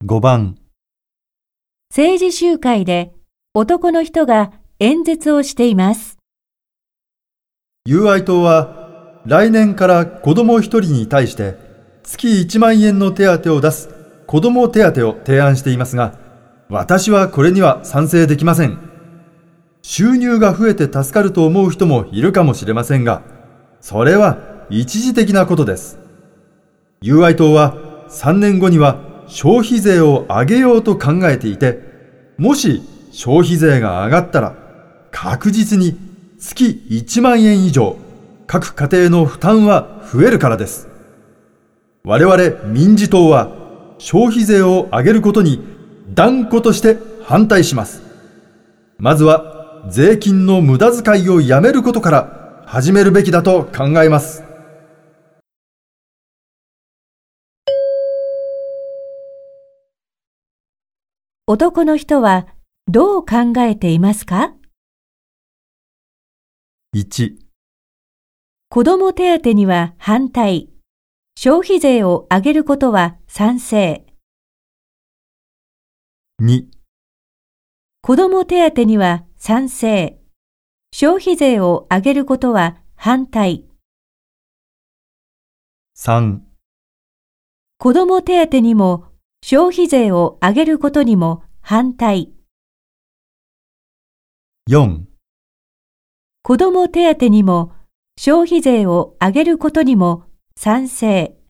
5番、 政治集会で男の人が演説をしています。 友愛党は来年から子ども1人に対して月1万円の手当を出す子ども手当を提案していますが、私はこれには賛成できません。収入が増えて助かると思う人もいるかもしれませんが、それは一時的なことです。友愛党は3年後には消費税を上げようと考えていて、もし消費税が上がったら確実に月1万円以上各家庭の負担は増えるからです。我々民自党は消費税を上げることに断固として反対します。まずは税金の無駄遣いをやめることから始めるべきだと考えます。 男の人はどう考えていますか？ 1、 子ども手当には反対。消費税を上げることは賛成。 2、 子ども手当には賛成。消費税を上げることは反対。 3、 子ども手当にも消費税を上げることにも反対。 4、 子ども手当にも消費税を上げることにも賛成。